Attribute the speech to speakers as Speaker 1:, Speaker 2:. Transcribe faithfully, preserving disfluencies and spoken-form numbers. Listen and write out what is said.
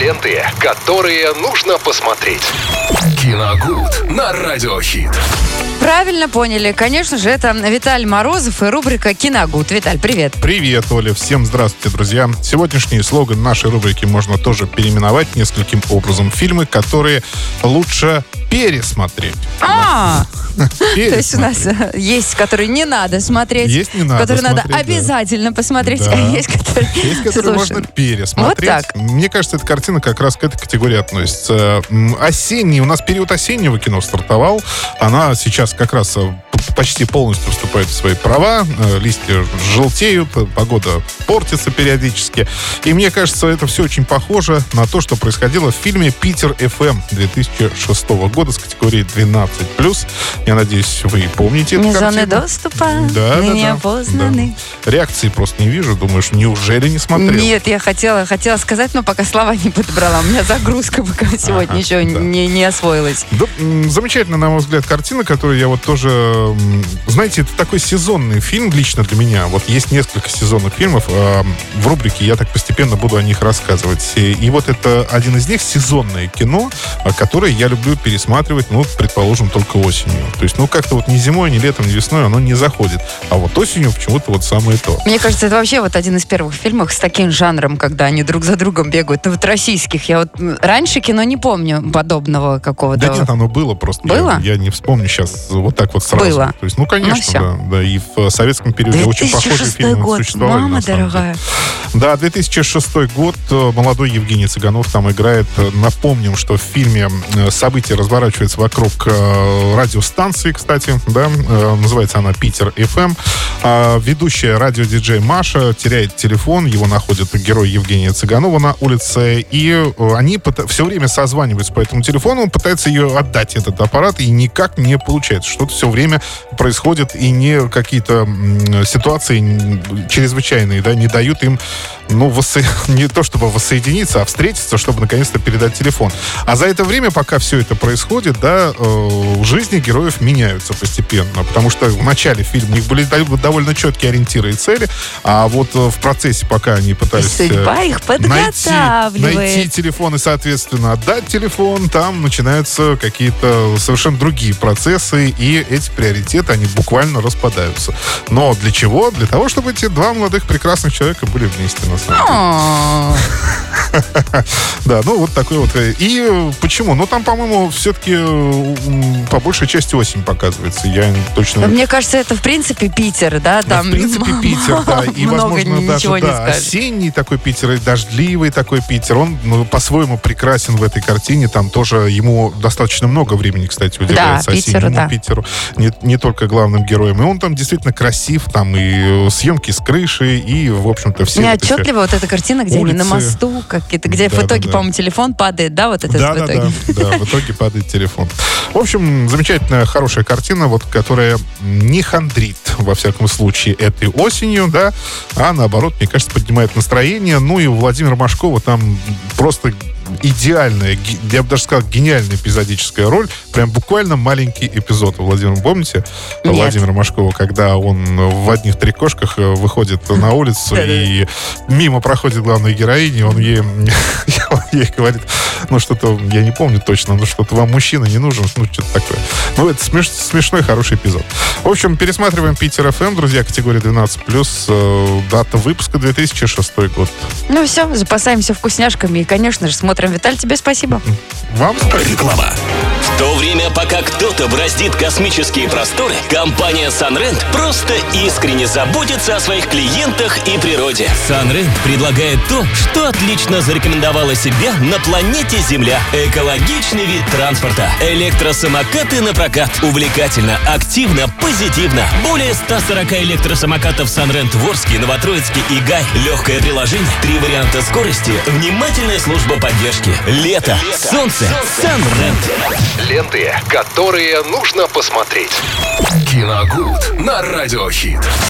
Speaker 1: Ленты, которые нужно посмотреть. Киногуд на Радиохит.
Speaker 2: Правильно поняли. Конечно же, это Виталий Морозов и рубрика «Киногуд». Виталь, привет.
Speaker 3: Привет, Оля. Всем здравствуйте, друзья. Сегодняшний слоган нашей рубрики можно тоже переименовать нескольким образом. Фильмы, которые лучше пересмотреть.
Speaker 2: А, то есть у нас есть, которые не надо смотреть.
Speaker 3: Есть не надо
Speaker 2: которые
Speaker 3: смотреть,
Speaker 2: надо обязательно посмотреть.
Speaker 3: Да.
Speaker 2: А есть, которые...
Speaker 3: Есть, которые можно пересмотреть.
Speaker 2: Вот так.
Speaker 3: Мне кажется, эта картина как раз к этой категории относится. М, Осенний, у нас период осеннего кино стартовал. Она сейчас как раз э, п- почти полностью вступает в свои права. Э, Листья желтеют, э, погода портится периодически. И мне кажется, это все очень похоже на то, что происходило в фильме «Питер эф эм» две тысячи шестого года с категорией двенадцать плюс. Я надеюсь, вы помните эту
Speaker 2: Не зоны
Speaker 3: картину.
Speaker 2: доступа,
Speaker 3: Да,
Speaker 2: мы
Speaker 3: да,
Speaker 2: не
Speaker 3: да,
Speaker 2: опознаны.
Speaker 3: да. Реакции просто не вижу. Думаешь, неужели не смотрел?
Speaker 2: Нет, я хотела, хотела сказать, но пока слова не подобрала. У меня загрузка пока сегодня
Speaker 3: Ага,
Speaker 2: еще
Speaker 3: да.
Speaker 2: не, не освоилась.
Speaker 3: Да, м, замечательная, на мой взгляд, картина, которую я вот тоже... м, Знаете, это такой сезонный фильм лично для меня. Вот есть несколько сезонных фильмов. а, В рубрике я так постепенно буду о них рассказывать. И, и вот это один из них, сезонное кино, а, которое я люблю пересматривать, ну, предположим, только осенью. То есть, ну, как-то вот ни зимой, ни летом, ни весной оно не заходит. А вот осенью почему-то вот самое то.
Speaker 2: Мне кажется, это вообще вот один из первых фильмов с таким жанром, когда они друг за другом бегают. Ну, вот российских. Я вот м, раньше кино не помню подобного какого-то.
Speaker 3: Да нет, оно было просто.
Speaker 2: Было?
Speaker 3: Я, я не вспомню сейчас вот так вот сразу.
Speaker 2: Было.
Speaker 3: То есть, ну, конечно,
Speaker 2: Ну, всё.
Speaker 3: да, да. И в советском периоде очень похожие
Speaker 2: две тысячи шестой
Speaker 3: фильмы
Speaker 2: год.
Speaker 3: существовали.
Speaker 2: Мама
Speaker 3: на самом деле.
Speaker 2: дорогая.
Speaker 3: Да, две тысячи шестой год. э, Молодой Евгений Цыганов там играет. Э, Напомним, что в фильме э, события разворачиваются вокруг э, радиостанции, кстати, да, э, называется она «Питер эф эм». А ведущая радиодиджей Маша теряет телефон, его находит герой Евгения Цыганова на улице, и э, они пыта- все время созваниваются по этому телефону, он пытается ее отдать, этот аппарат, и никак не получается. Что-то все время происходит, и не какие-то м, ситуации м, чрезвычайные, да, не дают им, ну, воссо- не то чтобы воссоединиться, а встретиться, чтобы наконец-то передать телефон. А за это время, пока все это происходит, да, э, жизни героев меняются постепенно, потому что в начале фильма у них были дов- довольно четкие ориентиры и цели, а вот э, в процессе, пока они
Speaker 2: И
Speaker 3: пытались э,
Speaker 2: судьба их
Speaker 3: найти,
Speaker 2: подготавливает.
Speaker 3: найти телефон и, соответственно, отдать телефон, там начинаются какие-то совершенно другие процессы, и эти приоритеты, они буквально распадаются. Но для чего? Для того, чтобы эти два молодых прекрасных человека были вместе, на самом деле.
Speaker 2: О,
Speaker 3: Да, ну вот такой вот. И э, почему? Ну там, по-моему, все-таки м, по большей части осень показывается. Я точно...
Speaker 2: Мне кажется, это в принципе Питер, да?
Speaker 3: Да,
Speaker 2: Там
Speaker 3: в принципе, Питер, да. И,
Speaker 2: много
Speaker 3: возможно, даже
Speaker 2: ничего не
Speaker 3: да,
Speaker 2: скажешь.
Speaker 3: осенний такой Питер, и дождливый такой Питер. Он ну, по-своему прекрасен в этой картине. Там тоже ему достаточно много времени, кстати, уделяется
Speaker 2: Да, Питеру,
Speaker 3: осеннему
Speaker 2: да.
Speaker 3: Питеру. Не, не только главным героем. И он там действительно красив. Там и съемки с крыши, и, в общем-то, все...
Speaker 2: Мне
Speaker 3: вот эти-
Speaker 2: отчетливо вот эта картина, где они на
Speaker 3: улицы.
Speaker 2: мосту, какие-то, где
Speaker 3: Да,
Speaker 2: в итоге,
Speaker 3: да, да.
Speaker 2: по-моему, телефон падает, да, вот это
Speaker 3: Да,
Speaker 2: в
Speaker 3: да,
Speaker 2: итоге.
Speaker 3: да, да, в итоге падает телефон. В общем, замечательная, хорошая картина, вот, которая не хандрит, во всяком случае, этой осенью, да, а наоборот, мне кажется, поднимает настроение. Ну и у Владимира Машкова там просто идеальная, ге- я бы даже сказал, гениальная эпизодическая роль. Прям буквально маленький эпизод. Владимир, помните?
Speaker 2: Нет.
Speaker 3: Владимира Машкова, когда он в одних трикошках э, выходит на улицу, и мимо проходит главная героиня, и он ей, он ей говорит, ну что-то, я не помню точно, ну что-то вам мужчина не нужен, ну что-то такое. Ну это смеш- смешной, хороший эпизод. В общем, пересматриваем Питер эф эм, друзья, категория двенадцать плюс, э, дата выпуска две тысячи шестой год.
Speaker 2: Ну все, запасаемся вкусняшками и, конечно же, смотрим. Виталь, тебе спасибо.
Speaker 3: Вам
Speaker 1: Реклама. В то время, пока кто-то бороздит космические просторы, компания Sunrent просто искренне заботится о своих клиентах и природе. Sunrent предлагает то, что отлично зарекомендовало себя на планете Земля. Экологичный вид транспорта. Электросамокаты на прокат. Увлекательно, активно, позитивно. Более ста сорока электросамокатов Sunrent в Орске, Новотроицке и Гай. Легкое приложение, три варианта скорости, внимательная служба поддержки. Лето, солнце, Sunrent. Ленты, которые нужно посмотреть. Киногуд на Радиохит.